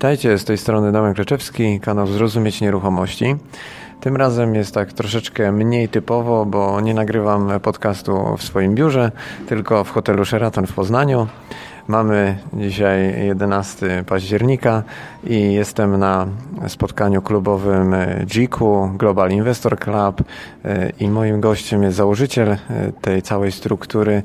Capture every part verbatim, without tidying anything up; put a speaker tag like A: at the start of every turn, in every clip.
A: Witajcie, z tej strony Damian Kleczewski, kanał Zrozumieć Nieruchomości. Tym razem jest tak troszeczkę mniej typowo, bo nie nagrywam podcastu w swoim biurze, tylko w hotelu Sheraton w Poznaniu. Mamy dzisiaj jedenastego października i jestem na spotkaniu klubowym G I K-u, Global Investor Club, i moim gościem jest założyciel tej całej struktury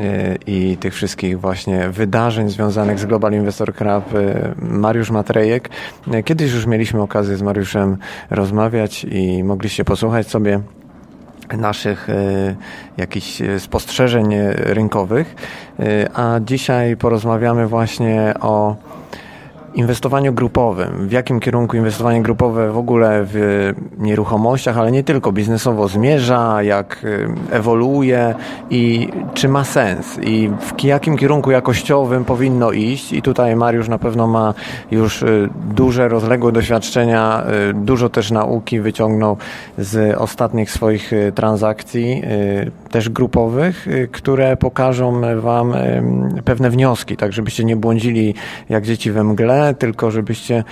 A: i tych wszystkich właśnie wydarzeń związanych z Global Investor Club, Mariusz Matrejek. Kiedyś już mieliśmy okazję z Mariuszem rozmawiać i mogliście posłuchać sobie naszych y, jakichś spostrzeżeń rynkowych, y, a dzisiaj porozmawiamy właśnie o inwestowaniu grupowym. W jakim kierunku inwestowanie grupowe w ogóle w nieruchomościach, ale nie tylko, biznesowo zmierza, jak ewoluuje i czy ma sens i w jakim kierunku jakościowym powinno iść. I tutaj Mariusz na pewno ma już duże, rozległe doświadczenia, dużo też nauki wyciągnął z ostatnich swoich transakcji, też grupowych, które pokażą Wam pewne wnioski, tak żebyście nie błądzili jak dzieci we mgle, tylko żebyście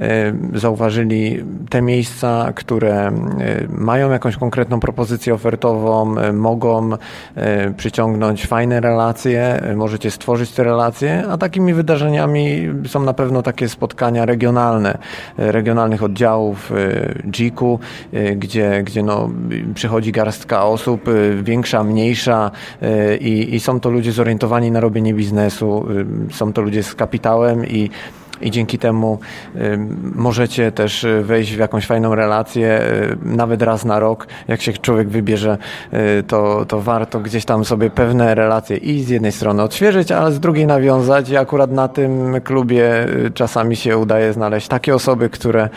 A: zauważyli te miejsca, które mają jakąś konkretną propozycję ofertową, mogą przyciągnąć fajne relacje, możecie stworzyć te relacje, a takimi wydarzeniami są na pewno takie spotkania regionalne, regionalnych oddziałów G I K-u, gdzie, gdzie no, przychodzi garstka osób, większa, mniejsza i, i są to ludzie zorientowani na robienie biznesu, są to ludzie z kapitałem i I dzięki temu y, możecie też wejść w jakąś fajną relację, y, nawet raz na rok. Jak się człowiek wybierze, y, to, to warto gdzieś tam sobie pewne relacje i z jednej strony odświeżyć, ale z drugiej nawiązać. I akurat na tym klubie y, czasami się udaje znaleźć takie osoby, które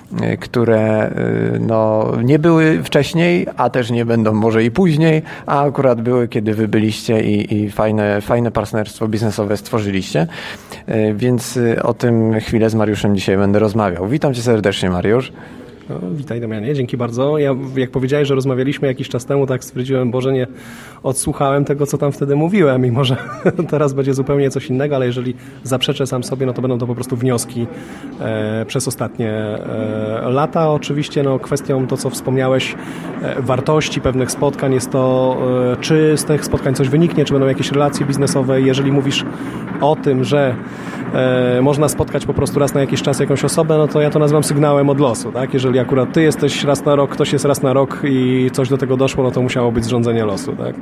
A: które no, nie były wcześniej, a też nie będą może i później, a akurat były, kiedy wy byliście i, i fajne, fajne partnerstwo biznesowe stworzyliście. Więc o tym chwilę z Mariuszem dzisiaj będę rozmawiał. Witam cię serdecznie, Mariusz.
B: No, witaj, Damianie, dzięki bardzo. Ja, jak powiedziałeś, że rozmawialiśmy jakiś czas temu, tak stwierdziłem, Boże, nie odsłuchałem tego, co tam wtedy mówiłem, mimo że teraz będzie zupełnie coś innego, ale jeżeli zaprzeczę sam sobie, no to będą to po prostu wnioski e, przez ostatnie e, lata. Oczywiście no, kwestią to, co wspomniałeś, e, wartości pewnych spotkań jest to, e, czy z tych spotkań coś wyniknie, czy będą jakieś relacje biznesowe. Jeżeli mówisz o tym, że e, można spotkać po prostu raz na jakiś czas jakąś osobę, no to ja to nazywam sygnałem od losu, tak? Jeżeli akurat ty jesteś raz na rok, ktoś jest raz na rok i coś do tego doszło, no to musiało być zrządzenie losu, tak?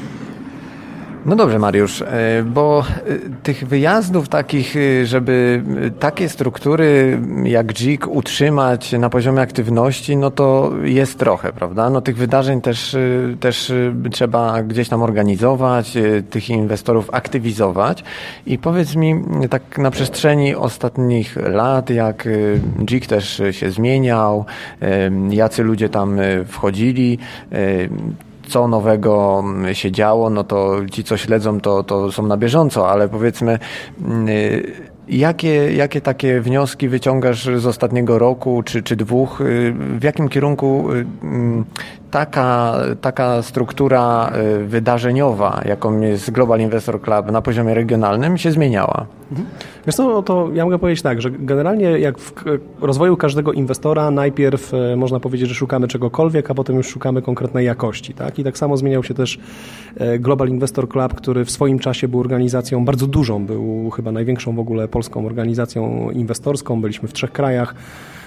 A: No dobrze, Mariusz, bo tych wyjazdów takich, żeby takie struktury jak G I K utrzymać na poziomie aktywności, no to jest trochę, prawda? No tych wydarzeń też, też trzeba gdzieś tam organizować, tych inwestorów aktywizować. I powiedz mi, tak na przestrzeni ostatnich lat, jak G I K też się zmieniał, jacy ludzie tam wchodzili, co nowego się działo, no to ci, co śledzą, to, to są na bieżąco, ale powiedzmy, jakie, jakie takie wnioski wyciągasz z ostatniego roku czy, czy dwóch? W jakim kierunku taka, taka struktura wydarzeniowa, jaką jest Global Investor Club na poziomie regionalnym, się zmieniała?
B: Wiesz co, to ja mogę powiedzieć tak, że generalnie jak w rozwoju każdego inwestora najpierw można powiedzieć, że szukamy czegokolwiek, a potem już szukamy konkretnej jakości, tak? I tak samo zmieniał się też Global Investor Club, który w swoim czasie był organizacją bardzo dużą, był chyba największą w ogóle polską organizacją inwestorską, byliśmy w trzech krajach.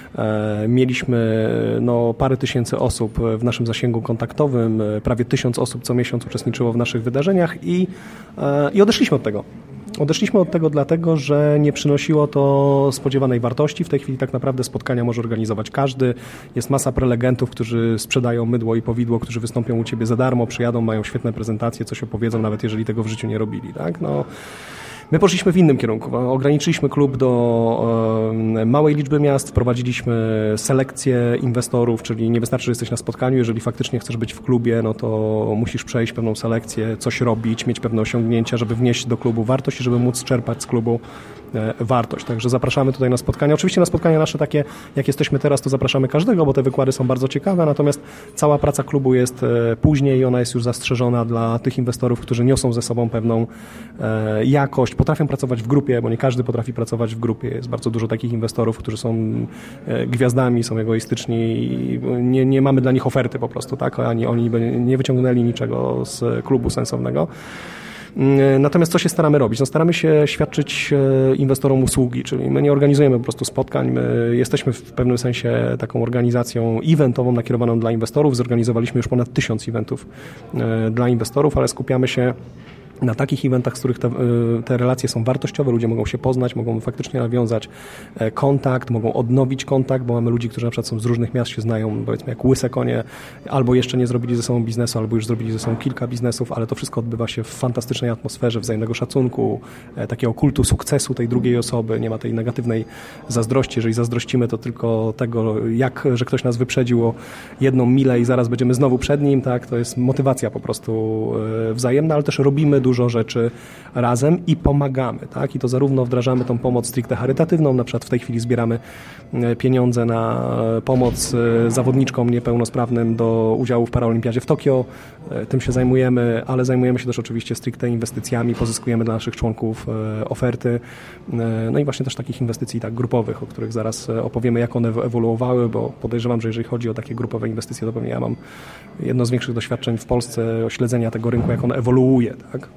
B: Mieliśmy no, parę tysięcy osób w naszym zasięgu kontaktowym, prawie tysiąc osób co miesiąc uczestniczyło w naszych wydarzeniach i, i odeszliśmy od tego. Odeszliśmy od tego dlatego, że nie przynosiło to spodziewanej wartości. W tej chwili tak naprawdę spotkania może organizować każdy. Jest masa prelegentów, którzy sprzedają mydło i powidło, którzy wystąpią u ciebie za darmo, przyjadą, mają świetne prezentacje, coś opowiedzą, nawet jeżeli tego w życiu nie robili. Tak? No, my poszliśmy w innym kierunku. Ograniczyliśmy klub do e, małej liczby miast, wprowadziliśmy selekcję inwestorów, czyli nie wystarczy, że jesteś na spotkaniu, jeżeli faktycznie chcesz być w klubie, no to musisz przejść pewną selekcję, coś robić, mieć pewne osiągnięcia, żeby wnieść do klubu wartość i żeby móc czerpać z klubu e, wartość. Także zapraszamy tutaj na spotkania. Oczywiście na spotkania nasze takie, jak jesteśmy teraz, to zapraszamy każdego, bo te wykłady są bardzo ciekawe, natomiast cała praca klubu jest e, później i ona jest już zastrzeżona dla tych inwestorów, którzy niosą ze sobą pewną e, jakość, potrafią pracować w grupie, bo nie każdy potrafi pracować w grupie. Jest bardzo dużo takich inwestorów, którzy są gwiazdami, są egoistyczni i nie, nie mamy dla nich oferty po prostu, tak? Ani oni nie wyciągnęli niczego z klubu sensownego. Natomiast co się staramy robić? No staramy się świadczyć inwestorom usługi, czyli my nie organizujemy po prostu spotkań, my jesteśmy w pewnym sensie taką organizacją eventową nakierowaną dla inwestorów. Zorganizowaliśmy już ponad tysiąc eventów dla inwestorów, ale skupiamy się na takich eventach, z których te, te relacje są wartościowe, ludzie mogą się poznać, mogą faktycznie nawiązać kontakt, mogą odnowić kontakt, bo mamy ludzi, którzy na przykład są z różnych miast, się znają, powiedzmy jak łyse konie, albo jeszcze nie zrobili ze sobą biznesu, albo już zrobili ze sobą kilka biznesów, ale to wszystko odbywa się w fantastycznej atmosferze, wzajemnego szacunku, takiego kultu sukcesu tej drugiej osoby, nie ma tej negatywnej zazdrości, jeżeli zazdrościmy, to tylko tego, jak, że ktoś nas wyprzedził o jedną milę i zaraz będziemy znowu przed nim, tak, to jest motywacja po prostu wzajemna, ale też robimy dużo rzeczy razem i pomagamy, tak? I to zarówno wdrażamy tą pomoc stricte charytatywną, na przykład w tej chwili zbieramy pieniądze na pomoc zawodniczkom niepełnosprawnym do udziału w Paraolimpiadzie w Tokio. Tym się zajmujemy, ale zajmujemy się też oczywiście stricte inwestycjami, pozyskujemy dla naszych członków oferty. No i właśnie też takich inwestycji tak grupowych, o których zaraz opowiemy, jak one ewoluowały, bo podejrzewam, że jeżeli chodzi o takie grupowe inwestycje, to pewnie ja mam jedno z większych doświadczeń w Polsce ośledzenia tego rynku, jak on ewoluuje, tak?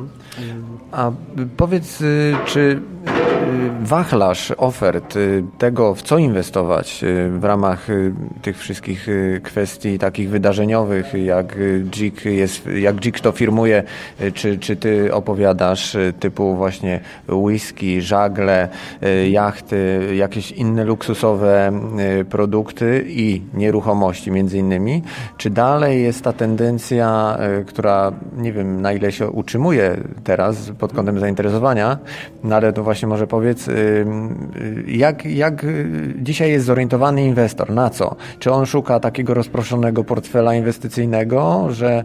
A: A powiedz, czy wachlarz ofert tego, w co inwestować w ramach tych wszystkich kwestii takich wydarzeniowych, jak dżik jest, jak dżik to firmuje, czy, czy ty opowiadasz typu właśnie whisky, żagle, jachty, jakieś inne luksusowe produkty i nieruchomości między innymi, czy dalej jest ta tendencja, która nie wiem na ile się utrzymuje teraz pod kątem zainteresowania, no ale to właśnie może powiedz, jak, jak dzisiaj jest zorientowany inwestor, na co? Czy on szuka takiego rozproszonego portfela inwestycyjnego, że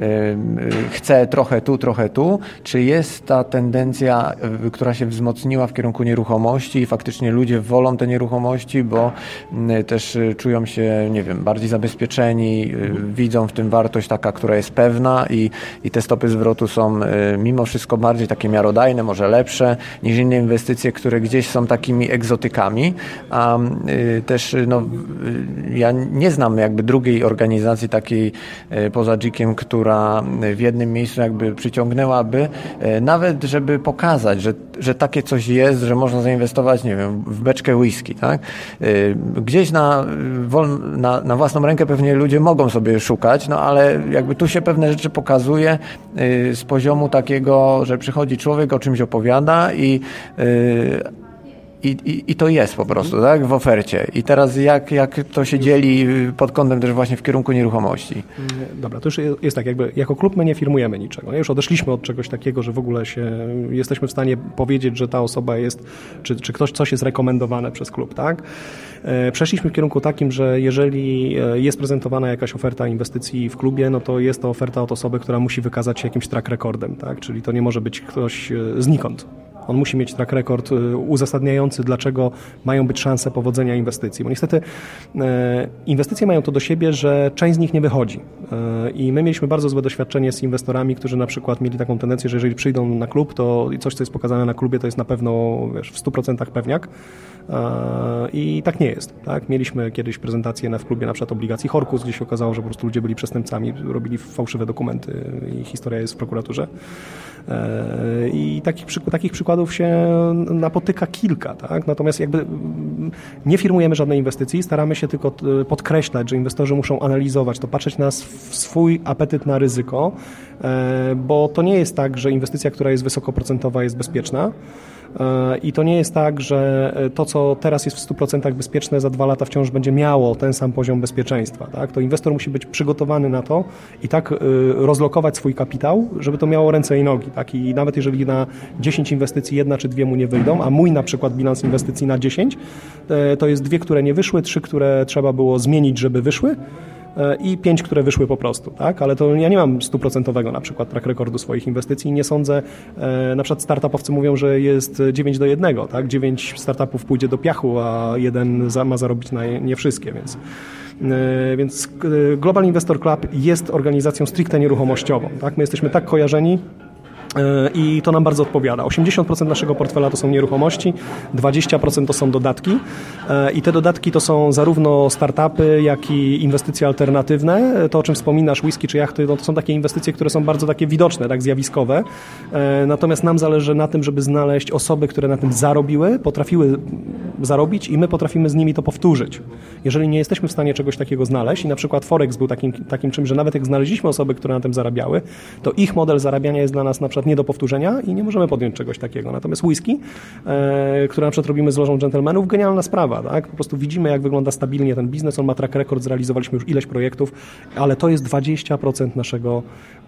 A: chce trochę tu, trochę tu, czy jest ta tendencja, która się wzmocniła w kierunku nieruchomości i faktycznie ludzie wolą te nieruchomości, bo też czują się, nie wiem, bardziej zabezpieczeni, widzą w tym wartość taka, która jest pewna i, i te stopy zwrotu są mimo wszystko bardziej takie miarodajne, może lepsze niż inne inwestycje, które gdzieś są takimi egzotykami, a y, też no, y, ja nie znam jakby drugiej organizacji takiej y, poza dżikiem, która w jednym miejscu jakby przyciągnęłaby, y, nawet żeby pokazać, że, że takie coś jest, że można zainwestować, nie wiem, w beczkę whisky, tak? Y, gdzieś na, wol, na, na własną rękę pewnie ludzie mogą sobie szukać, no ale jakby tu się pewne rzeczy pokazuje y, z poziomu takiego, że przychodzi człowiek, o czymś opowiada i I, i, I to jest po prostu, tak, w ofercie. I teraz jak, jak to się dzieli pod kątem też właśnie w kierunku nieruchomości?
B: Dobra, to już jest tak, jakby jako klub my nie firmujemy niczego. Nie? Już odeszliśmy od czegoś takiego, że w ogóle się jesteśmy w stanie powiedzieć, że ta osoba jest, czy, czy ktoś coś jest rekomendowane przez klub, tak? Przeszliśmy w kierunku takim, że jeżeli jest prezentowana jakaś oferta inwestycji w klubie, no to jest to oferta od osoby, która musi wykazać się jakimś track recordem, tak? Czyli to nie może być ktoś znikąd. On musi mieć track record uzasadniający, dlaczego mają być szanse powodzenia inwestycji. Bo niestety e, inwestycje mają to do siebie, że część z nich nie wychodzi. E, I my mieliśmy bardzo złe doświadczenie z inwestorami, którzy na przykład mieli taką tendencję, że jeżeli przyjdą na klub, to coś, co jest pokazane na klubie, to jest na pewno, wiesz, w stu procentach pewniak. I tak nie jest. Tak? Mieliśmy kiedyś prezentację na, w klubie na przykład obligacji Horkus, gdzie się okazało, że po prostu ludzie byli przestępcami, robili fałszywe dokumenty i historia jest w prokuraturze. I takich, takich przykładów się napotyka kilka. Tak? Natomiast jakby nie firmujemy żadnej inwestycji, staramy się tylko podkreślać, że inwestorzy muszą analizować to, patrzeć na swój apetyt na ryzyko, bo to nie jest tak, że inwestycja, która jest wysokoprocentowa, jest bezpieczna. I to nie jest tak, że to, co teraz jest w stu procentach bezpieczne, za dwa lata wciąż będzie miało ten sam poziom bezpieczeństwa. Tak? To inwestor musi być przygotowany na to i tak rozlokować swój kapitał, żeby to miało ręce i nogi. Tak? I nawet jeżeli na dziesięć inwestycji jedna czy dwie mu nie wyjdą, a mój na przykład bilans inwestycji na dziesięć, to jest dwie, które nie wyszły, trzy, które trzeba było zmienić, żeby wyszły, i pięć, które wyszły po prostu, tak? Ale to ja nie mam stuprocentowego na przykład track rekordu swoich inwestycji i nie sądzę, e, na przykład startupowcy mówią, że jest dziewięć do jednego, tak? dziewięć startupów pójdzie do piachu, a jeden za, ma zarobić na nie wszystkie, więc e, więc Global Investor Club jest organizacją stricte nieruchomościową, tak? My jesteśmy tak kojarzeni, I to nam bardzo odpowiada. osiemdziesiąt procent naszego portfela to są nieruchomości, dwadzieścia procent to są dodatki i te dodatki to są zarówno startupy, jak i inwestycje alternatywne. To, o czym wspominasz, whisky czy jachty, no to są takie inwestycje, które są bardzo takie widoczne, tak zjawiskowe. Natomiast nam zależy na tym, żeby znaleźć osoby, które na tym zarobiły, potrafiły zarobić i my potrafimy z nimi to powtórzyć. Jeżeli nie jesteśmy w stanie czegoś takiego znaleźć i na przykład Forex był takim, takim czymś, że nawet jak znaleźliśmy osoby, które na tym zarabiały, to ich model zarabiania jest dla nas na przykład nie do powtórzenia i nie możemy podjąć czegoś takiego. Natomiast whisky, e, które na przykład robimy z Lożą Dżentelmenów, genialna sprawa, tak? Po prostu widzimy, jak wygląda stabilnie ten biznes, on ma track record, zrealizowaliśmy już ileś projektów, ale to jest dwadzieścia procent naszego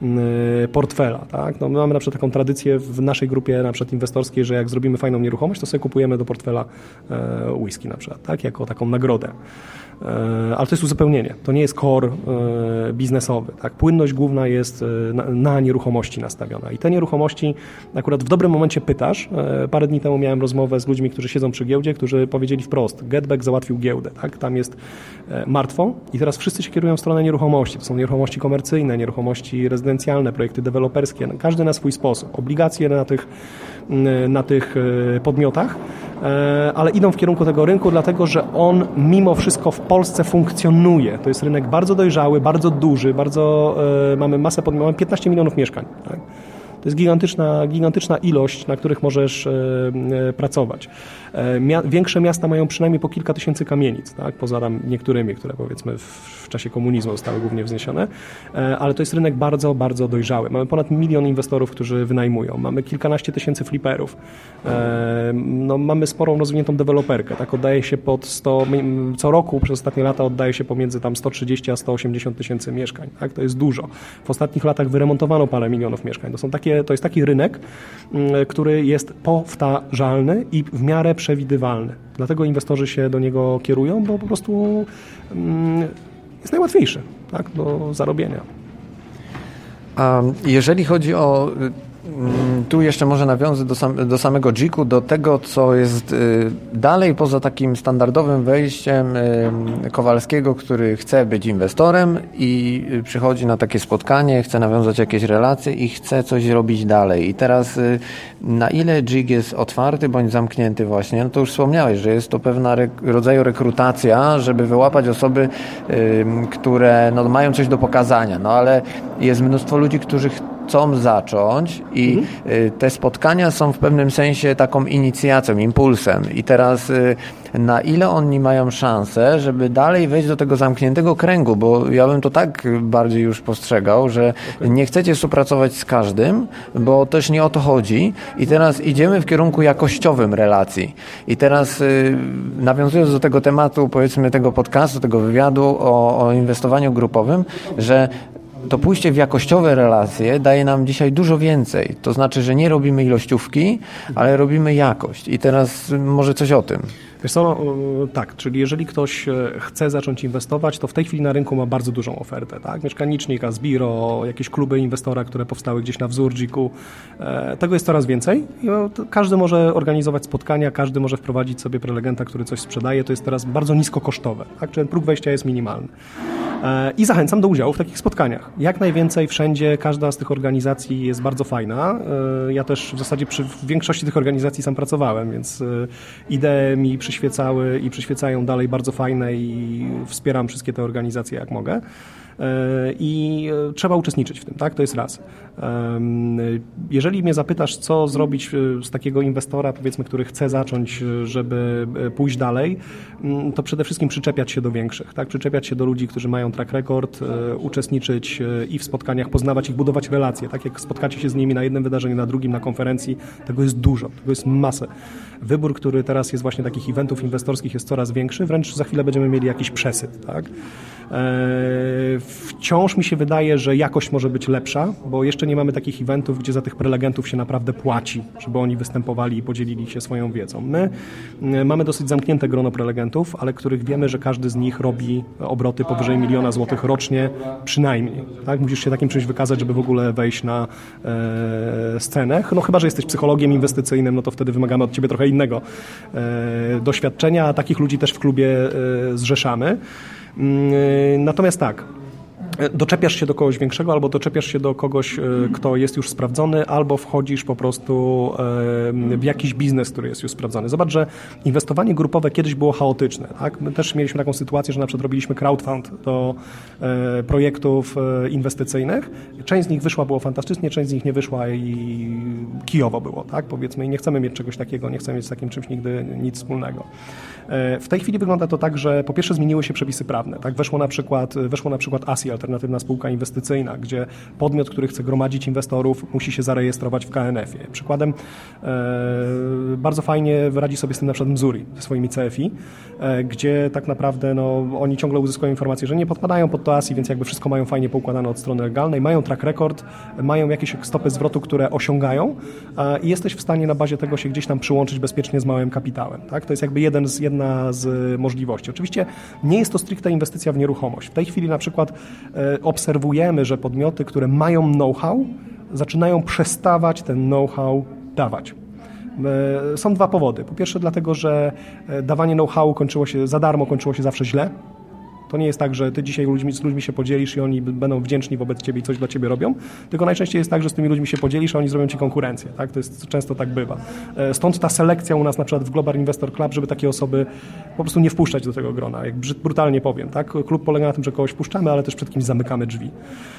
B: y, portfela, tak? No, my mamy na przykład taką tradycję w naszej grupie na przykład inwestorskiej, że jak zrobimy fajną nieruchomość, to sobie kupujemy do portfela e, whisky na przykład, tak? Jako taką nagrodę. Ale to jest uzupełnienie, to nie jest core biznesowy. Tak? Płynność główna jest na, na nieruchomości nastawiona i te nieruchomości akurat w dobrym momencie pytasz. Parę dni temu miałem rozmowę z ludźmi, którzy siedzą przy giełdzie, którzy powiedzieli wprost, Getback załatwił giełdę, tak? Tam jest martwo i teraz wszyscy się kierują w stronę nieruchomości. To są nieruchomości komercyjne, nieruchomości rezydencjalne, projekty deweloperskie, każdy na swój sposób. Obligacje na tych, na tych podmiotach, ale idą w kierunku tego rynku, dlatego że on mimo wszystko w Polsce funkcjonuje. To jest rynek bardzo dojrzały, bardzo duży, bardzo e, mamy masę podmiotów, mamy piętnaście milionów mieszkań. Tak? To jest gigantyczna, gigantyczna ilość, na których możesz e, e, pracować. E, mia, większe miasta mają przynajmniej po kilka tysięcy kamienic, tak? Poza tam niektórymi, które powiedzmy w, w czasie komunizmu zostały głównie wzniesione, e, ale to jest rynek bardzo, bardzo dojrzały. Mamy ponad milion inwestorów, którzy wynajmują. Mamy kilkanaście tysięcy fliperów. E, no, mamy sporą rozwiniętą deweloperkę. Tak? Oddaje się pod sto, co roku przez ostatnie lata oddaje się pomiędzy tam sto trzydzieści a sto osiemdziesiąt tysięcy mieszkań. Tak? To jest dużo. W ostatnich latach wyremontowano parę milionów mieszkań. To są takie To jest taki rynek, który jest powtarzalny i w miarę przewidywalny. Dlatego inwestorzy się do niego kierują, bo po prostu jest najłatwiejszy, tak, do zarobienia.
A: A jeżeli chodzi o... Tu jeszcze może nawiązę do, sam, do samego dżiku, do tego, co jest y, dalej poza takim standardowym wejściem y, Kowalskiego, który chce być inwestorem i y, przychodzi na takie spotkanie, chce nawiązać jakieś relacje i chce coś robić dalej. I teraz y, na ile dżik jest otwarty bądź zamknięty właśnie, no to już wspomniałeś, że jest to pewna re, rodzaju rekrutacja, żeby wyłapać osoby, y, które no, mają coś do pokazania, no ale jest mnóstwo ludzi, którzy chcą zacząć i mhm. te spotkania są w pewnym sensie taką inicjacją, impulsem. I teraz na ile oni mają szansę, żeby dalej wejść do tego zamkniętego kręgu, bo ja bym to tak bardziej już postrzegał, że okay. nie chcecie współpracować z każdym, bo też nie o to chodzi i teraz idziemy w kierunku jakościowym relacji. I teraz nawiązując do tego tematu, powiedzmy tego podcastu, tego wywiadu o, o inwestowaniu grupowym, że to pójście w jakościowe relacje daje nam dzisiaj dużo więcej. To znaczy, że nie robimy ilościówki, ale robimy jakość. I teraz może coś o tym.
B: Wiesz co, tak, czyli jeżeli ktoś chce zacząć inwestować, to w tej chwili na rynku ma bardzo dużą ofertę, tak? Mieszkanicznik, Asbiro, jakieś kluby inwestora, które powstały gdzieś na wzór dżiku. Tego jest coraz więcej. Każdy może organizować spotkania, każdy może wprowadzić sobie prelegenta, który coś sprzedaje. To jest teraz bardzo niskokosztowe, tak? Czyli ten próg wejścia jest minimalny. I zachęcam do udziału w takich spotkaniach. Jak najwięcej wszędzie, każda z tych organizacji jest bardzo fajna. Ja też w zasadzie przy większości tych organizacji sam pracowałem, więc idee mi przyświecały i przyświecają dalej bardzo fajne i wspieram wszystkie te organizacje jak mogę. I trzeba uczestniczyć w tym, tak? To jest raz. Jeżeli mnie zapytasz, co zrobić z takiego inwestora, powiedzmy, który chce zacząć, żeby pójść dalej, to przede wszystkim przyczepiać się do większych, tak? Przyczepiać się do ludzi, którzy mają track record, uczestniczyć i w spotkaniach, poznawać ich, budować relacje, tak? Jak spotkacie się z nimi na jednym wydarzeniu, na drugim, na konferencji, tego jest dużo, tego jest masę. Wybór, który teraz jest właśnie takich eventów inwestorskich jest coraz większy, wręcz za chwilę będziemy mieli jakiś przesyt, tak? Wciąż mi się wydaje, że jakość może być lepsza, bo jeszcze nie mamy takich eventów, gdzie za tych prelegentów się naprawdę płaci, żeby oni występowali i podzielili się swoją wiedzą. My mamy dosyć zamknięte grono prelegentów, ale których wiemy, że każdy z nich robi obroty powyżej miliona złotych rocznie przynajmniej. Tak? Musisz się takim czymś wykazać, żeby w ogóle wejść na e, scenę. No chyba, że jesteś psychologiem inwestycyjnym, no to wtedy wymagamy od ciebie trochę innego e, doświadczenia, a takich ludzi też w klubie e, zrzeszamy. Natomiast tak, doczepiasz się do kogoś większego, albo doczepiasz się do kogoś, kto jest już sprawdzony, albo wchodzisz po prostu w jakiś biznes, który jest już sprawdzony. Zobacz, że inwestowanie grupowe kiedyś było chaotyczne. Tak? My też mieliśmy taką sytuację, że na przykład robiliśmy crowdfund do projektów inwestycyjnych. Część z nich wyszła, było fantastycznie, część z nich nie wyszła i kijowo było, tak? Powiedzmy, i nie chcemy mieć czegoś takiego, nie chcemy mieć z takim czymś nigdy nic wspólnego. W tej chwili wygląda to tak, że po pierwsze zmieniły się przepisy prawne. Tak? Weszło na przykład, weszło na przykład A S I, alternatywna spółka inwestycyjna, gdzie podmiot, który chce gromadzić inwestorów, musi się zarejestrować w K N F ie. Przykładem e, bardzo fajnie radzi sobie z tym na przykład Missouri ze swoimi C F I, e, gdzie tak naprawdę no, oni ciągle uzyskują informacje, że nie podpadają pod to A S I, więc jakby wszystko mają fajnie poukładane od strony legalnej, mają track record, mają jakieś stopy zwrotu, które osiągają e, i jesteś w stanie na bazie tego się gdzieś tam przyłączyć bezpiecznie z małym kapitałem. Tak? To jest jakby jeden z, jedna z możliwości. Oczywiście nie jest to stricte inwestycja w nieruchomość. W tej chwili na przykład e, obserwujemy, że podmioty, które mają know-how, zaczynają przestawać ten know-how dawać. E, są dwa powody. Po pierwsze dlatego, że dawanie know-howu kończyło się za darmo, kończyło się zawsze źle. To nie jest tak, że ty dzisiaj ludźmi, z ludźmi się podzielisz i oni będą wdzięczni wobec ciebie i coś dla ciebie robią, tylko najczęściej jest tak, że z tymi ludźmi się podzielisz, a oni zrobią ci konkurencję. Tak? To jest, często tak bywa. Stąd ta selekcja u nas na przykład w Global Investor Club, żeby takie osoby po prostu nie wpuszczać do tego grona. Jak brutalnie powiem. Tak? Klub polega na tym, że kogoś wpuszczamy, ale też przed kimś zamykamy drzwi.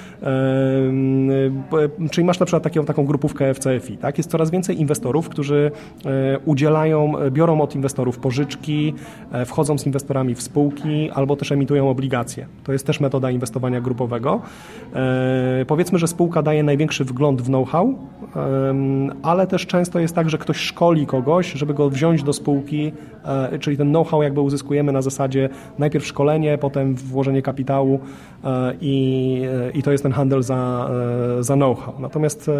B: Czyli masz na przykład taką, taką grupówkę w C F I. Tak? Jest coraz więcej inwestorów, którzy udzielają, biorą od inwestorów pożyczki, wchodzą z inwestorami w spółki albo też emitują obligacje. To jest też metoda inwestowania grupowego. Powiedzmy, że spółka daje największy wgląd w know-how, ale też często jest tak, że ktoś szkoli kogoś, żeby go wziąć do spółki, czyli ten know-how jakby uzyskujemy na zasadzie najpierw szkolenie, potem włożenie kapitału i, i to jest ten handel za, za know-how. Natomiast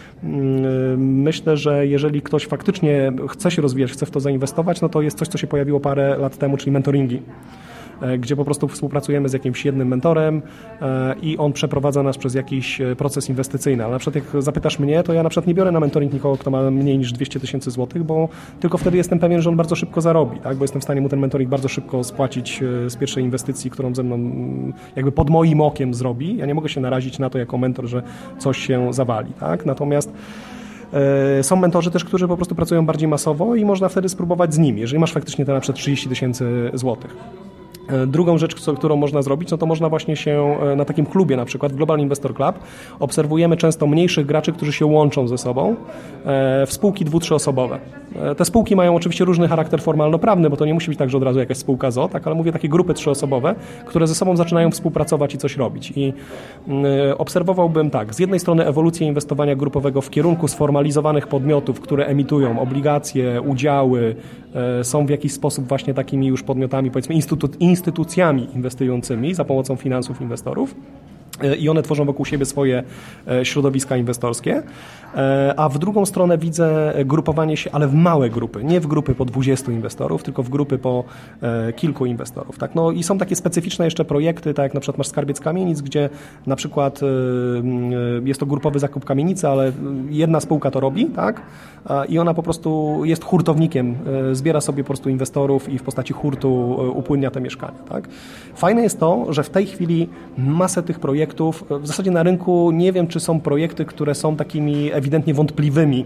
B: myślę, że jeżeli ktoś faktycznie chce się rozwijać, chce w to zainwestować, no to jest coś, co się pojawiło parę lat temu, czyli mentoringi, gdzie po prostu współpracujemy z jakimś jednym mentorem i on przeprowadza nas przez jakiś proces inwestycyjny. Ale na przykład jak zapytasz mnie, to ja na przykład nie biorę na mentoring nikogo, kto ma mniej niż dwieście tysięcy złotych, bo tylko wtedy jestem pewien, że on bardzo szybko zarobi, tak? Bo jestem w stanie mu ten mentoring bardzo szybko spłacić z pierwszej inwestycji, którą ze mną jakby pod moim okiem zrobi. Ja nie mogę się narazić na to jako mentor, że coś się zawali, tak? Natomiast są mentorzy też, którzy po prostu pracują bardziej masowo i można wtedy spróbować z nimi, jeżeli masz faktycznie te na przykład trzydzieści tysięcy złotych. Drugą rzecz, którą można zrobić, no to można właśnie się na takim klubie, na przykład w Global Investor Club, obserwujemy często mniejszych graczy, którzy się łączą ze sobą w spółki dwu-, trzyosobowe. Te spółki mają oczywiście różny charakter formalno-prawny, bo to nie musi być tak, że od razu jakaś spółka z o o, tak, ale mówię takie grupy trzyosobowe, które ze sobą zaczynają współpracować i coś robić. I obserwowałbym tak, z jednej strony ewolucję inwestowania grupowego w kierunku sformalizowanych podmiotów, które emitują obligacje, udziały, są w jakiś sposób właśnie takimi już podmiotami, powiedzmy instytu- instytucjami inwestującymi za pomocą finansów inwestorów. I one tworzą wokół siebie swoje środowiska inwestorskie, a w drugą stronę widzę grupowanie się, ale w małe grupy, nie w grupy po dwudziestu inwestorów, tylko w grupy po kilku inwestorów. Tak? No i są takie specyficzne jeszcze projekty, tak jak na przykład masz Skarbiec Kamienic, gdzie na przykład jest to grupowy zakup kamienicy, ale jedna spółka to robi, tak? I ona po prostu jest hurtownikiem, zbiera sobie po prostu inwestorów i w postaci hurtu upłynnia te mieszkania. Tak? Fajne jest to, że w tej chwili masę tych projektów w zasadzie na rynku nie wiem, czy są projekty, które są takimi ewidentnie wątpliwymi,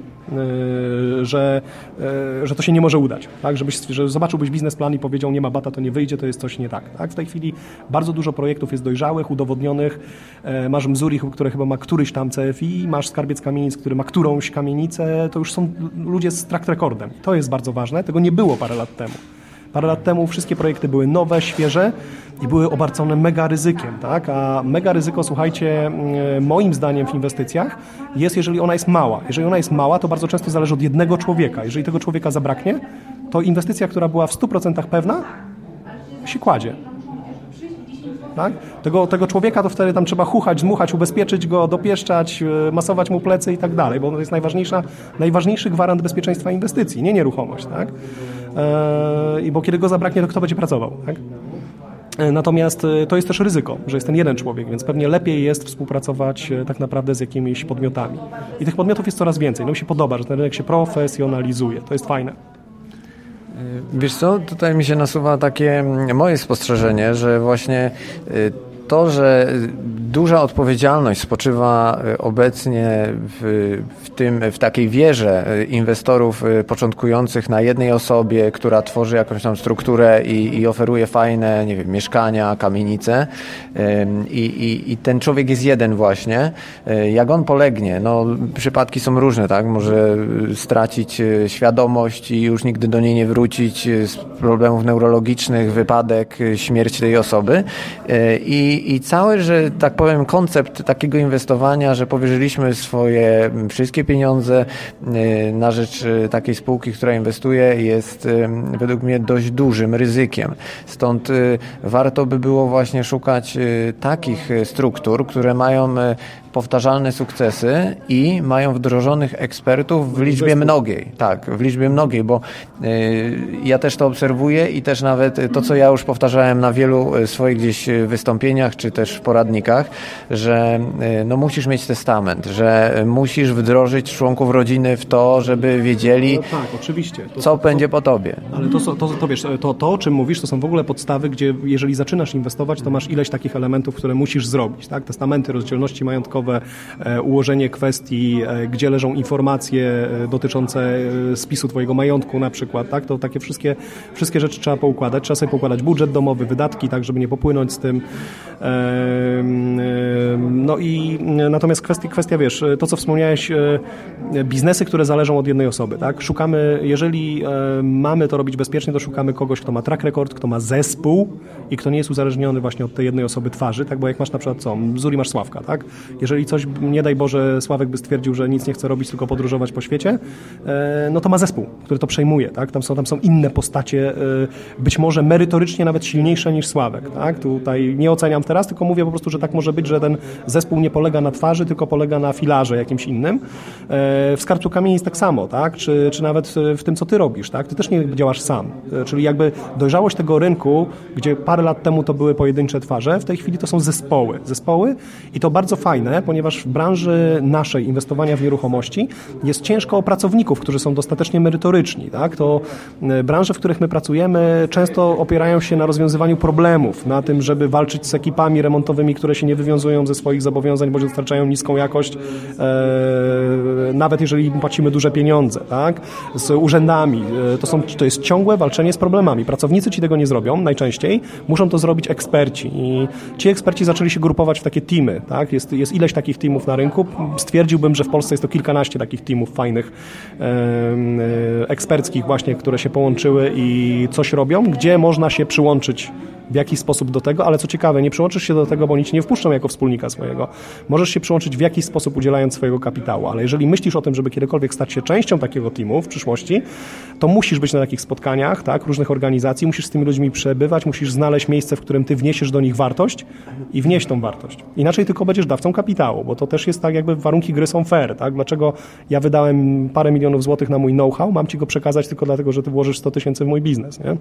B: że, że to się nie może udać. Tak? Żebyś, że zobaczyłbyś biznesplan i powiedział, nie ma bata, to nie wyjdzie, to jest coś nie tak. Tak? W tej chwili bardzo dużo projektów jest dojrzałych, udowodnionych. Masz Missouri, które chyba ma któryś tam C F I, masz Skarbiec Kamienic, który ma którąś kamienicę. To już są ludzie z track recordem. To jest bardzo ważne. Tego nie było parę lat temu. Parę lat temu wszystkie projekty były nowe, świeże i były obarczone mega ryzykiem, tak? A mega ryzyko, słuchajcie, moim zdaniem w inwestycjach jest, jeżeli ona jest mała. Jeżeli ona jest mała, to bardzo często zależy od jednego człowieka. Jeżeli tego człowieka zabraknie, to inwestycja, która była w stu procentach pewna, się kładzie. Tak? Tego, tego człowieka to wtedy tam trzeba chuchać, dmuchać, ubezpieczyć go, dopieszczać, masować mu plecy i tak dalej, bo to jest najważniejsza, najważniejszy gwarant bezpieczeństwa inwestycji, nie nieruchomość. Tak? Eee, bo kiedy go zabraknie, to kto będzie pracował? Tak? Natomiast to jest też ryzyko, że jest ten jeden człowiek, więc pewnie lepiej jest współpracować tak naprawdę z jakimiś podmiotami. I tych podmiotów jest coraz więcej. No mi się podoba, że ten rynek się profesjonalizuje. To jest fajne.
A: Wiesz co, tutaj mi się nasuwa takie moje spostrzeżenie, że właśnie to, że duża odpowiedzialność spoczywa obecnie w, w tym, w takiej wierze inwestorów początkujących na jednej osobie, która tworzy jakąś tam strukturę i, i oferuje fajne, nie wiem, mieszkania, kamienice i, i, i ten człowiek jest jeden właśnie. Jak on polegnie, no przypadki są różne, tak? Może stracić świadomość i już nigdy do niej nie wrócić z problemów neurologicznych, wypadek, śmierć tej osoby i, i cały, że tak powiem, koncept takiego inwestowania, że powierzyliśmy swoje wszystkie pieniądze na rzecz takiej spółki, która inwestuje, jest według mnie dość dużym ryzykiem. Stąd warto by było właśnie szukać takich struktur, które mają powtarzalne sukcesy i mają wdrożonych ekspertów w liczbie mnogiej. Tak, w liczbie mnogiej, bo y, ja też to obserwuję i też nawet to, co ja już powtarzałem na wielu swoich gdzieś wystąpieniach, czy też w poradnikach, że y, no musisz mieć testament, że musisz wdrożyć członków rodziny w to, żeby wiedzieli,
B: no tak, oczywiście. To,
A: co
B: to,
A: będzie
B: to,
A: po tobie.
B: Ale to, to, to, to wiesz, to, to, o czym mówisz, to są w ogóle podstawy, gdzie jeżeli zaczynasz inwestować, to masz ileś takich elementów, które musisz zrobić. Tak? Testamenty, rozdzielności majątkowe, ułożenie kwestii, gdzie leżą informacje dotyczące spisu twojego majątku na przykład, tak? To takie wszystkie, wszystkie rzeczy trzeba poukładać. Trzeba sobie poukładać budżet domowy, wydatki, tak, żeby nie popłynąć z tym. No i natomiast kwestia, kwestia wiesz, to co wspomniałeś, biznesy, które zależą od jednej osoby, tak? Szukamy, jeżeli mamy to robić bezpiecznie, to szukamy kogoś, kto ma track record, kto ma zespół i kto nie jest uzależniony właśnie od tej jednej osoby twarzy, tak? Bo jak masz na przykład co, Zuri masz Sławka, tak? Jeżeli coś, nie daj Boże, Sławek by stwierdził, że nic nie chce robić, tylko podróżować po świecie, no to ma zespół, który to przejmuje, tak? Tam są, tam są inne postacie, być może merytorycznie nawet silniejsze niż Sławek, tak? Tutaj nie oceniam teraz, tylko mówię po prostu, że tak może być, że ten zespół nie polega na twarzy, tylko polega na filarze jakimś innym. W Skarbcu Kamieni jest tak samo, tak? Czy, czy nawet w tym, co ty robisz, tak? Ty też nie działasz sam. Czyli jakby dojrzałość tego rynku, gdzie parę lat temu to były pojedyncze twarze, w tej chwili to są zespoły. Zespoły i to bardzo fajne, ponieważ w branży naszej inwestowania w nieruchomości jest ciężko o pracowników, którzy są dostatecznie merytoryczni, tak? To branże, w których my pracujemy, często opierają się na rozwiązywaniu problemów, na tym, żeby walczyć z ekipami remontowymi, które się nie wywiązują ze swoich zobowiązań, bądź dostarczają niską jakość, e, nawet jeżeli płacimy duże pieniądze, tak? Z urzędami. To, są, to jest ciągłe walczenie z problemami. Pracownicy ci tego nie zrobią najczęściej, muszą to zrobić eksperci i ci eksperci zaczęli się grupować w takie teamy, tak? Jest, jest ileś takich teamów na rynku. Stwierdziłbym, że w Polsce jest to kilkanaście takich teamów fajnych, e, e, eksperckich właśnie, które się połączyły i coś robią, gdzie można się przyłączyć w jakiś sposób do tego, ale co ciekawe, nie przyłączysz się do tego, bo oni cię nie wpuszczą jako wspólnika swojego. Możesz się przyłączyć w jakiś sposób, udzielając swojego kapitału, ale jeżeli myślisz o tym, żeby kiedykolwiek stać się częścią takiego teamu w przyszłości, to musisz być na takich spotkaniach, tak, różnych organizacji, musisz z tymi ludźmi przebywać, musisz znaleźć miejsce, w którym ty wniesiesz do nich wartość i wnieść tą wartość. Inaczej tylko będziesz dawcą kapitału, bo to też jest tak, jakby warunki gry są fair, tak? Dlaczego ja wydałem parę milionów złotych na mój know-how, mam ci go przekazać tylko dlatego, że ty włożysz sto tysięcy w mój biznes, nie?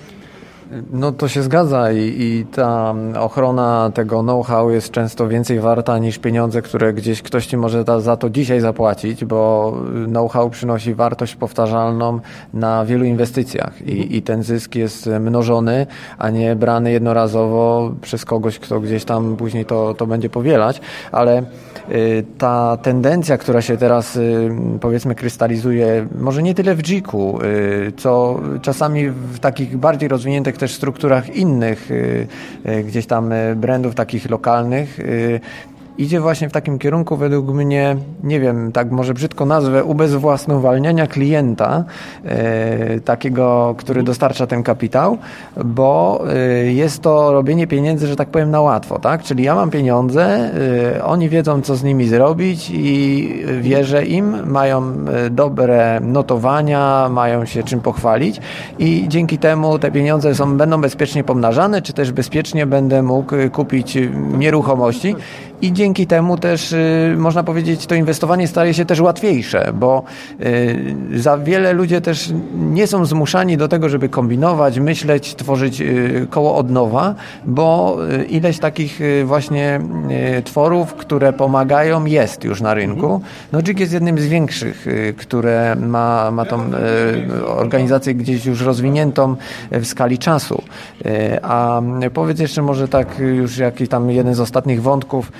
A: No to się zgadza i, i ta ochrona tego know-how jest często więcej warta niż pieniądze, które gdzieś ktoś ci może ta, za to dzisiaj zapłacić, bo know-how przynosi wartość powtarzalną na wielu inwestycjach i, i ten zysk jest mnożony, a nie brany jednorazowo przez kogoś, kto gdzieś tam później to, to będzie powielać, ale y, ta tendencja, która się teraz y, powiedzmy krystalizuje, może nie tyle w dżiku, y, co czasami w takich bardziej rozwiniętych też strukturach innych gdzieś tam brandów takich lokalnych, idzie właśnie w takim kierunku według mnie, nie wiem, tak może brzydko nazwę, ubezwłasnowalniania klienta, e, takiego, który dostarcza ten kapitał, bo e, jest to robienie pieniędzy, że tak powiem, na łatwo, tak? Czyli ja mam pieniądze, e, oni wiedzą, co z nimi zrobić i wierzę im, mają dobre notowania, mają się czym pochwalić i dzięki temu te pieniądze są, będą bezpiecznie pomnażane, czy też bezpiecznie będę mógł kupić nieruchomości i dzięki temu też można powiedzieć, to inwestowanie staje się też łatwiejsze, bo za wiele ludzie też nie są zmuszani do tego, żeby kombinować, myśleć, tworzyć koło od nowa, bo ileś takich właśnie tworów, które pomagają, jest już na rynku. No Jig jest jednym z większych, które ma, ma tą organizację gdzieś już rozwiniętą w skali czasu. A powiedz jeszcze może tak już jakiś tam jeden z ostatnich wątków,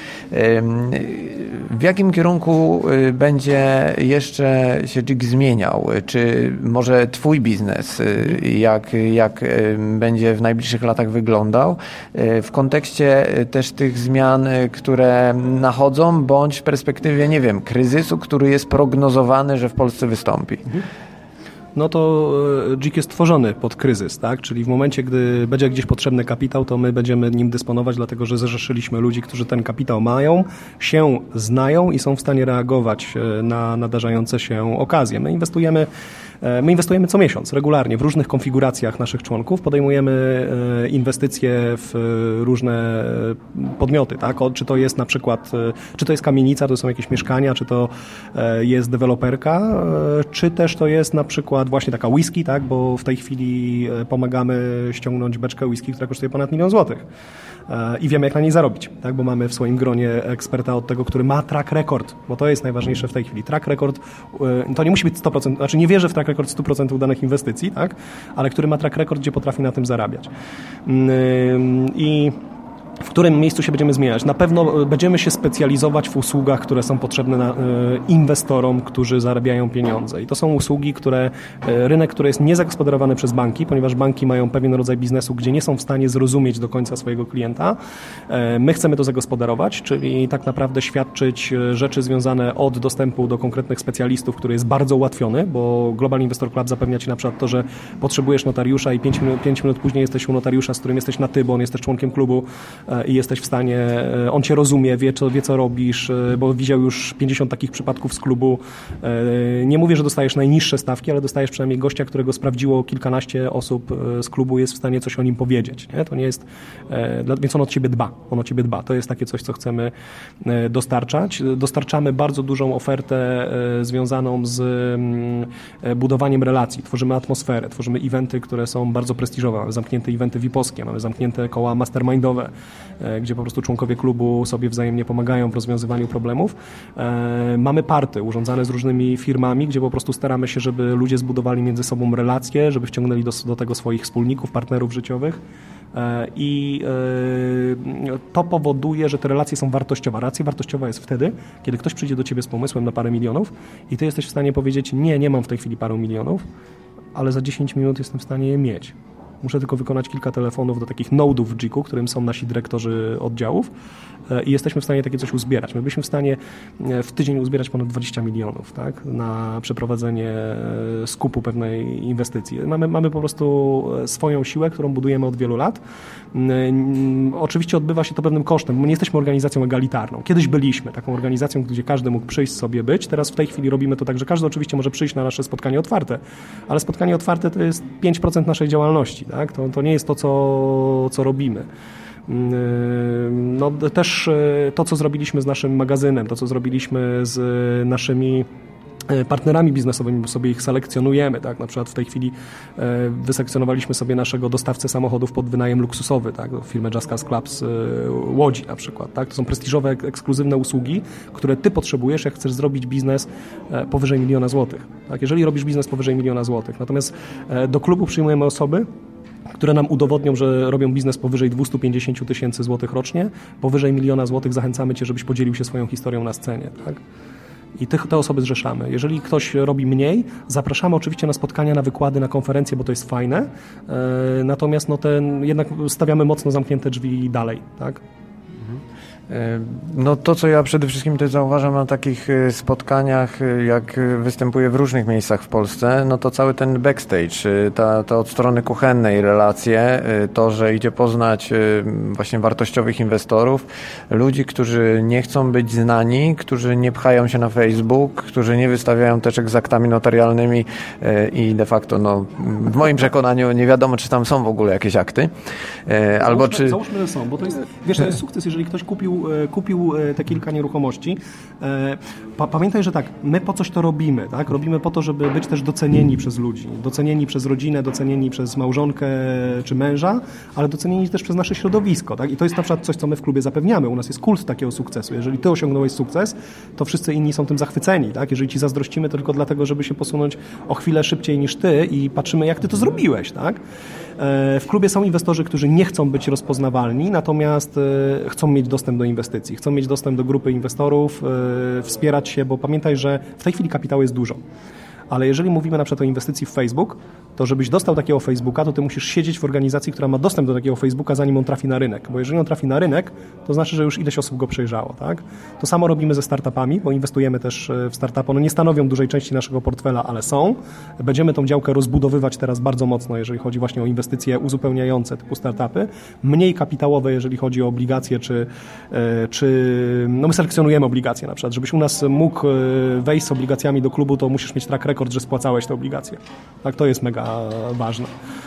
A: w jakim kierunku będzie jeszcze się Jig zmieniał? Czy może twój biznes, jak, jak będzie w najbliższych latach wyglądał w kontekście też tych zmian, które nachodzą, bądź w perspektywie, nie wiem, kryzysu, który jest prognozowany, że w Polsce wystąpi?
B: No to Jig jest tworzony pod kryzys, tak? Czyli w momencie, gdy będzie gdzieś potrzebny kapitał, to my będziemy nim dysponować, dlatego że zrzeszyliśmy ludzi, którzy ten kapitał mają, się znają i są w stanie reagować na nadarzające się okazje. My inwestujemy My inwestujemy co miesiąc, regularnie, w różnych konfiguracjach naszych członków. Podejmujemy inwestycje w różne podmioty, tak? Czy to jest na przykład, czy to jest kamienica, to są jakieś mieszkania, czy to jest deweloperka, czy też to jest na przykład właśnie taka whisky, tak? Bo w tej chwili pomagamy ściągnąć beczkę whisky, która kosztuje ponad milion złotych. I wiemy, jak na niej zarobić, tak? Bo mamy w swoim gronie eksperta od tego, który ma track record, bo to jest najważniejsze w tej chwili. Track record to nie musi być sto procent, znaczy nie wierzę w track record sto procent udanych inwestycji, tak? Ale który ma track record, gdzie potrafi na tym zarabiać. I w którym miejscu się będziemy zmieniać? Na pewno będziemy się specjalizować w usługach, które są potrzebne na, y, inwestorom, którzy zarabiają pieniądze. I to są usługi, które, y, rynek, który jest niezagospodarowany przez banki, ponieważ banki mają pewien rodzaj biznesu, gdzie nie są w stanie zrozumieć do końca swojego klienta. Y, my chcemy to zagospodarować, czyli tak naprawdę świadczyć rzeczy związane od dostępu do konkretnych specjalistów, który jest bardzo ułatwiony, bo Global Investor Club zapewnia Ci na przykład to, że potrzebujesz notariusza i pięć minut, pięć minut później jesteś u notariusza, z którym jesteś na ty, bo on jesteś członkiem klubu, i jesteś w stanie, on cię rozumie, wie co, wie co robisz, bo widział już pięćdziesiąt takich przypadków z klubu. Nie mówię, że dostajesz najniższe stawki, ale dostajesz przynajmniej gościa, którego sprawdziło kilkanaście osób z klubu, jest w stanie coś o nim powiedzieć. Nie? To nie jest, więc on o ciebie dba, on o ciebie dba. To jest takie coś, co chcemy dostarczać. Dostarczamy bardzo dużą ofertę związaną z budowaniem relacji. Tworzymy atmosferę, tworzymy eventy, które są bardzo prestiżowe. Mamy zamknięte eventy V I P-owskie, mamy zamknięte koła mastermindowe, gdzie po prostu członkowie klubu sobie wzajemnie pomagają w rozwiązywaniu problemów. Mamy party urządzane z różnymi firmami, gdzie po prostu staramy się, żeby ludzie zbudowali między sobą relacje, żeby wciągnęli do, do tego swoich wspólników, partnerów życiowych. I to powoduje, że te relacje są wartościowe. Relacja wartościowa jest wtedy, kiedy ktoś przyjdzie do ciebie z pomysłem na parę milionów i ty jesteś w stanie powiedzieć: nie, nie mam w tej chwili paru milionów, ale za dziesięć minut jestem w stanie je mieć. Muszę tylko wykonać kilka telefonów do takich nodów w Jigu, którym są nasi dyrektorzy oddziałów i jesteśmy w stanie takie coś uzbierać. My byliśmy w stanie w tydzień uzbierać ponad dwadzieścia milionów, tak, na przeprowadzenie skupu pewnej inwestycji. Mamy, mamy po prostu swoją siłę, którą budujemy od wielu lat. Oczywiście odbywa się to pewnym kosztem, bo nie jesteśmy organizacją egalitarną. Kiedyś byliśmy taką organizacją, gdzie każdy mógł przyjść sobie być. Teraz w tej chwili robimy to tak, że każdy oczywiście może przyjść na nasze spotkanie otwarte, ale spotkanie otwarte to jest pięć procent naszej działalności. Tak? To, to nie jest to, co, co robimy. No, też to, co zrobiliśmy z naszym magazynem, to, co zrobiliśmy z naszymi partnerami biznesowymi, bo sobie ich selekcjonujemy, tak? Na przykład w tej chwili wyselekcjonowaliśmy sobie naszego dostawcę samochodów pod wynajem luksusowy, tak? Firmę Just Cars Club z Łodzi na przykład, tak? To są prestiżowe, ekskluzywne usługi, które ty potrzebujesz, jak chcesz zrobić biznes powyżej miliona złotych, tak? Jeżeli robisz biznes powyżej miliona złotych. Natomiast do klubu przyjmujemy osoby, które nam udowodnią, że robią biznes powyżej dwieście pięćdziesiąt tysięcy złotych rocznie, powyżej miliona złotych zachęcamy cię, żebyś podzielił się swoją historią na scenie, tak? I te, te osoby zrzeszamy. Jeżeli ktoś robi mniej, zapraszamy oczywiście na spotkania, na wykłady, na konferencje, bo to jest fajne. Yy, natomiast no ten, jednak stawiamy mocno zamknięte drzwi dalej, tak?
A: No to, co ja przede wszystkim też zauważam na takich spotkaniach, jak występuję w różnych miejscach w Polsce, no to cały ten backstage, ta, ta od strony kuchennej relacje, to, że idzie poznać właśnie wartościowych inwestorów, ludzi, którzy nie chcą być znani, którzy nie pchają się na Facebook, którzy nie wystawiają teczek z aktami notarialnymi i de facto, no, w moim przekonaniu nie wiadomo, czy tam są w ogóle jakieś akty. Albo
B: załóżmy,
A: czy...
B: załóżmy, że są, bo to jest, wiesz, to jest sukces, jeżeli ktoś kupił kupił, kupił te kilka nieruchomości. Pa, pamiętaj, że tak, my po coś to robimy, tak? Robimy po to, żeby być też docenieni przez ludzi, docenieni przez rodzinę, docenieni przez małżonkę czy męża, ale docenieni też przez nasze środowisko, tak? I to jest na przykład coś, co my w klubie zapewniamy. U nas jest kult takiego sukcesu. Jeżeli ty osiągnąłeś sukces, to wszyscy inni są tym zachwyceni, tak? Jeżeli ci zazdrościmy tylko dlatego, żeby się posunąć o chwilę szybciej niż ty i patrzymy, jak ty to zrobiłeś, tak? W klubie są inwestorzy, którzy nie chcą być rozpoznawalni, natomiast chcą mieć dostęp do inwestycji, chcą mieć dostęp do grupy inwestorów, wspierać się, bo pamiętaj, że w tej chwili kapitału jest dużo. Ale jeżeli mówimy na przykład o inwestycji w Facebook, to żebyś dostał takiego Facebooka, to ty musisz siedzieć w organizacji, która ma dostęp do takiego Facebooka, zanim on trafi na rynek. Bo jeżeli on trafi na rynek, to znaczy, że już ileś osób go przejrzało, tak? To samo robimy ze startupami, bo inwestujemy też w startupy. One nie stanowią dużej części naszego portfela, ale są. Będziemy tą działkę rozbudowywać teraz bardzo mocno, jeżeli chodzi właśnie o inwestycje uzupełniające typu startupy. Mniej kapitałowe, jeżeli chodzi o obligacje, czy, czy no my selekcjonujemy obligacje na przykład. Żebyś u nas mógł wejść z obligacjami do klubu, to musisz mieć track record, że spłacałeś te obligacje. Tak, to jest mega ważne.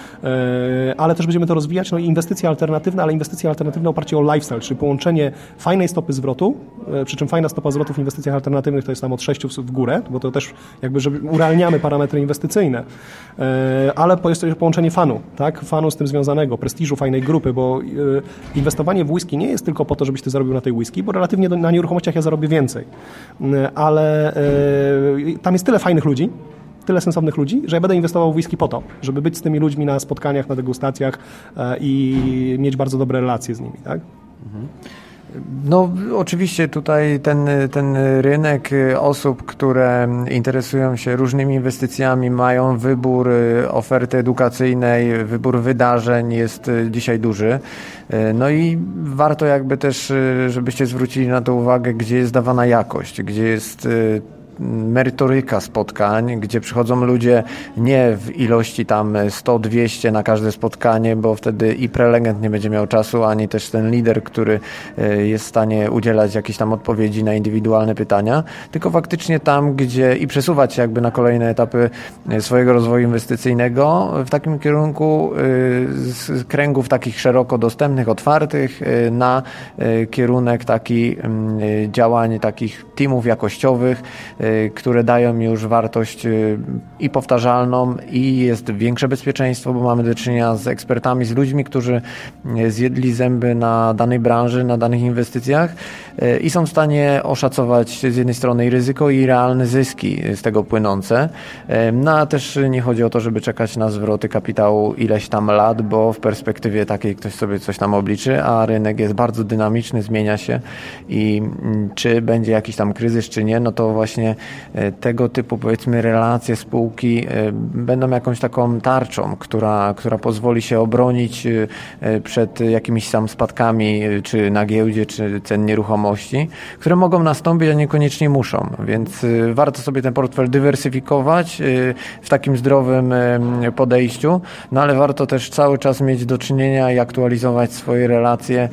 B: Ale też będziemy to rozwijać. No i inwestycje alternatywne, ale inwestycje alternatywne oparcie o lifestyle, czyli połączenie fajnej stopy zwrotu, przy czym fajna stopa zwrotu w inwestycjach alternatywnych to jest tam od sześciu w górę, bo to też jakby, że urealniamy parametry inwestycyjne, ale jest to połączenie fanu, tak? Fanu z tym związanego, prestiżu fajnej grupy, bo inwestowanie w whisky nie jest tylko po to, żebyś ty zarobił na tej whisky, bo relatywnie na nieruchomościach ja zarobię więcej, ale tam jest tyle fajnych ludzi, tyle sensownych ludzi, że ja będę inwestował w whisky po to, żeby być z tymi ludźmi na spotkaniach, na degustacjach i mieć bardzo dobre relacje z nimi, tak?
A: No oczywiście tutaj ten, ten rynek osób, które interesują się różnymi inwestycjami, mają wybór oferty edukacyjnej, wybór wydarzeń jest dzisiaj duży. No i warto jakby też, żebyście zwrócili na to uwagę, gdzie jest dawana jakość, gdzie jest merytoryka spotkań, gdzie przychodzą ludzie nie w ilości tam sto dwieście na każde spotkanie, bo wtedy i prelegent nie będzie miał czasu, ani też ten lider, który jest w stanie udzielać jakichś tam odpowiedzi na indywidualne pytania, tylko faktycznie tam, gdzie i przesuwać się jakby na kolejne etapy swojego rozwoju inwestycyjnego w takim kierunku z kręgów takich szeroko dostępnych, otwartych na kierunek taki działań takich teamów jakościowych, które dają już wartość i powtarzalną, i jest większe bezpieczeństwo, bo mamy do czynienia z ekspertami, z ludźmi, którzy zjedli zęby na danej branży, na danych inwestycjach i są w stanie oszacować z jednej strony i ryzyko, i realne zyski z tego płynące. No a też nie chodzi o to, żeby czekać na zwroty kapitału ileś tam lat, bo w perspektywie takiej ktoś sobie coś tam obliczy, a rynek jest bardzo dynamiczny, zmienia się i czy będzie jakiś tam kryzys, czy nie, no to właśnie tego typu, powiedzmy, relacje spółki będą jakąś taką tarczą, która, która pozwoli się obronić przed jakimiś tam spadkami, czy na giełdzie, czy cen nieruchomości, które mogą nastąpić, a niekoniecznie muszą, więc warto sobie ten portfel dywersyfikować w takim zdrowym podejściu, no ale warto też cały czas mieć do czynienia i aktualizować swoje relacje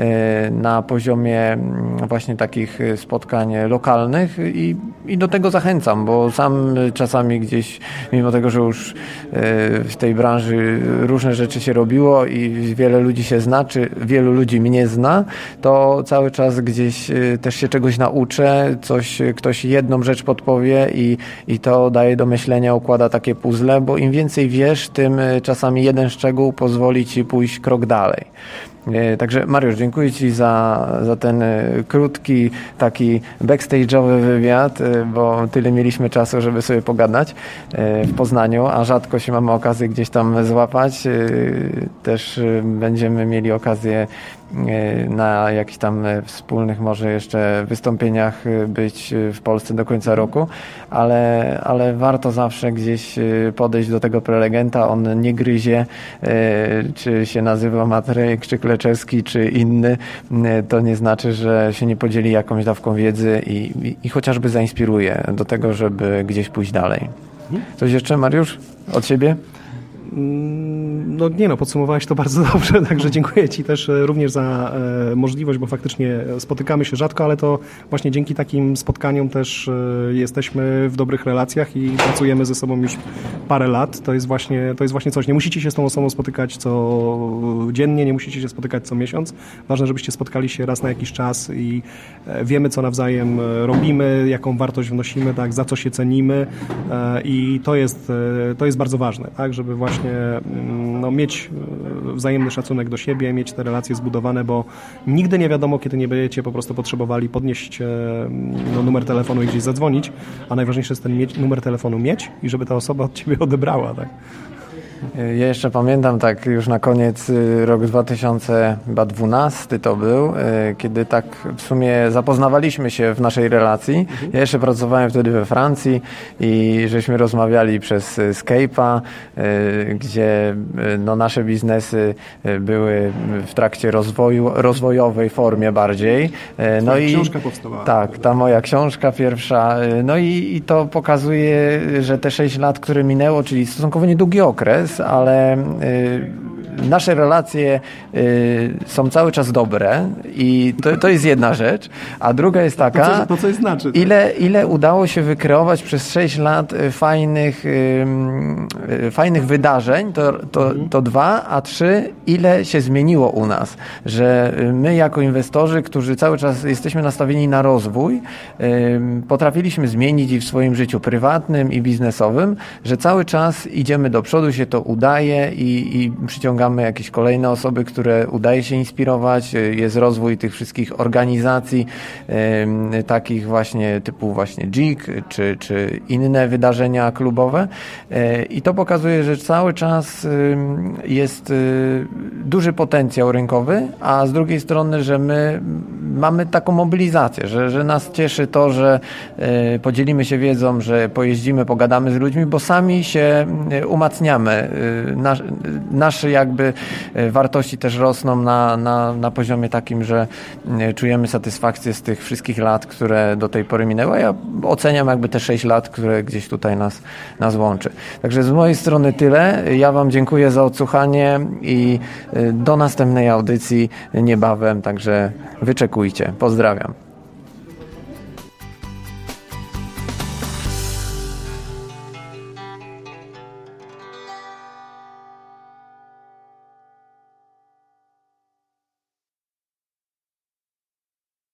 A: na poziomie właśnie takich spotkań lokalnych i, i do tego zachęcam, bo sam czasami gdzieś, mimo tego, że już w tej branży różne rzeczy się robiło i wiele ludzi się zna, czy wielu ludzi mnie zna, to cały czas gdzieś też się czegoś nauczę, coś, ktoś jedną rzecz podpowie i, i to daje do myślenia, układa takie puzzle, bo im więcej wiesz, tym czasami jeden szczegół pozwoli ci pójść krok dalej. Także Mariusz, dziękuję Ci za, za ten krótki, taki backstage'owy wywiad, bo tyle mieliśmy czasu, żeby sobie pogadać w Poznaniu, a rzadko się mamy okazję gdzieś tam złapać. Też będziemy mieli okazję na jakichś tam wspólnych może jeszcze wystąpieniach być w Polsce do końca roku, ale, ale warto zawsze gdzieś podejść do tego prelegenta, on nie gryzie, czy się nazywa Matryk, czy Kleczewski, czy inny, to nie znaczy, że się nie podzieli jakąś dawką wiedzy i, i, i chociażby zainspiruje do tego, żeby gdzieś pójść dalej. Coś jeszcze, Mariusz, od siebie?
B: No nie no, podsumowałeś to bardzo dobrze, także dziękuję Ci też również za e, możliwość, bo faktycznie spotykamy się rzadko, ale to właśnie dzięki takim spotkaniom też e, jesteśmy w dobrych relacjach i pracujemy ze sobą już parę lat. To jest właśnie, to jest właśnie coś. Nie musicie się z tą osobą spotykać codziennie, nie musicie się spotykać co miesiąc. Ważne, żebyście spotkali się raz na jakiś czas i e, wiemy, co nawzajem robimy, jaką wartość wnosimy, tak, za co się cenimy e, i to jest, e, to jest bardzo ważne, tak, żeby właśnie no, mieć wzajemny szacunek do siebie, mieć te relacje zbudowane, bo nigdy nie wiadomo, kiedy nie będziecie po prostu potrzebowali podnieść no, numer telefonu i gdzieś zadzwonić, a najważniejsze jest ten mieć, numer telefonu mieć i żeby ta osoba od Ciebie odebrała. Tak?
A: Ja jeszcze pamiętam tak już na koniec rok dwa tysiące dwunasty to był, kiedy tak w sumie zapoznawaliśmy się w naszej relacji. Mhm. Ja jeszcze pracowałem wtedy we Francji i żeśmy rozmawiali przez Skype'a, gdzie no, nasze biznesy były w trakcie rozwoju, rozwojowej formie bardziej.
B: No i książka powstawała.
A: Tak, ta moja książka pierwsza. No i, i to pokazuje, że te sześć lat, które minęło, czyli stosunkowo niedługi okres, ale y, nasze relacje y, są cały czas dobre i to, to jest jedna rzecz, a druga jest taka,
B: to, co, to coś znaczy, tak?
A: ile, ile udało się wykreować przez sześć lat fajnych, y, y, fajnych wydarzeń, to, to, mhm. to dwa, a trzy, ile się zmieniło u nas, że my jako inwestorzy, którzy cały czas jesteśmy nastawieni na rozwój, y, potrafiliśmy zmienić i w swoim życiu prywatnym i biznesowym, że cały czas idziemy do przodu, się to udaje i, i przyciągamy jakieś kolejne osoby, które udaje się inspirować. Jest rozwój tych wszystkich organizacji, y, takich właśnie typu właśnie dżik, czy, czy inne wydarzenia klubowe. Y, I to pokazuje, że cały czas y, jest y, duży potencjał rynkowy, a z drugiej strony, że my mamy taką mobilizację, że, że nas cieszy to, że y, podzielimy się wiedzą, że pojeździmy, pogadamy z ludźmi, bo sami się umacniamy. Nasz, nasze jakby wartości też rosną na, na, na poziomie takim, że czujemy satysfakcję z tych wszystkich lat, które do tej pory minęły. Ja oceniam jakby te sześć lat, które gdzieś tutaj nas, nas łączy. Także z mojej strony tyle. Ja Wam dziękuję za odsłuchanie i do następnej audycji niebawem, także wyczekujcie. Pozdrawiam.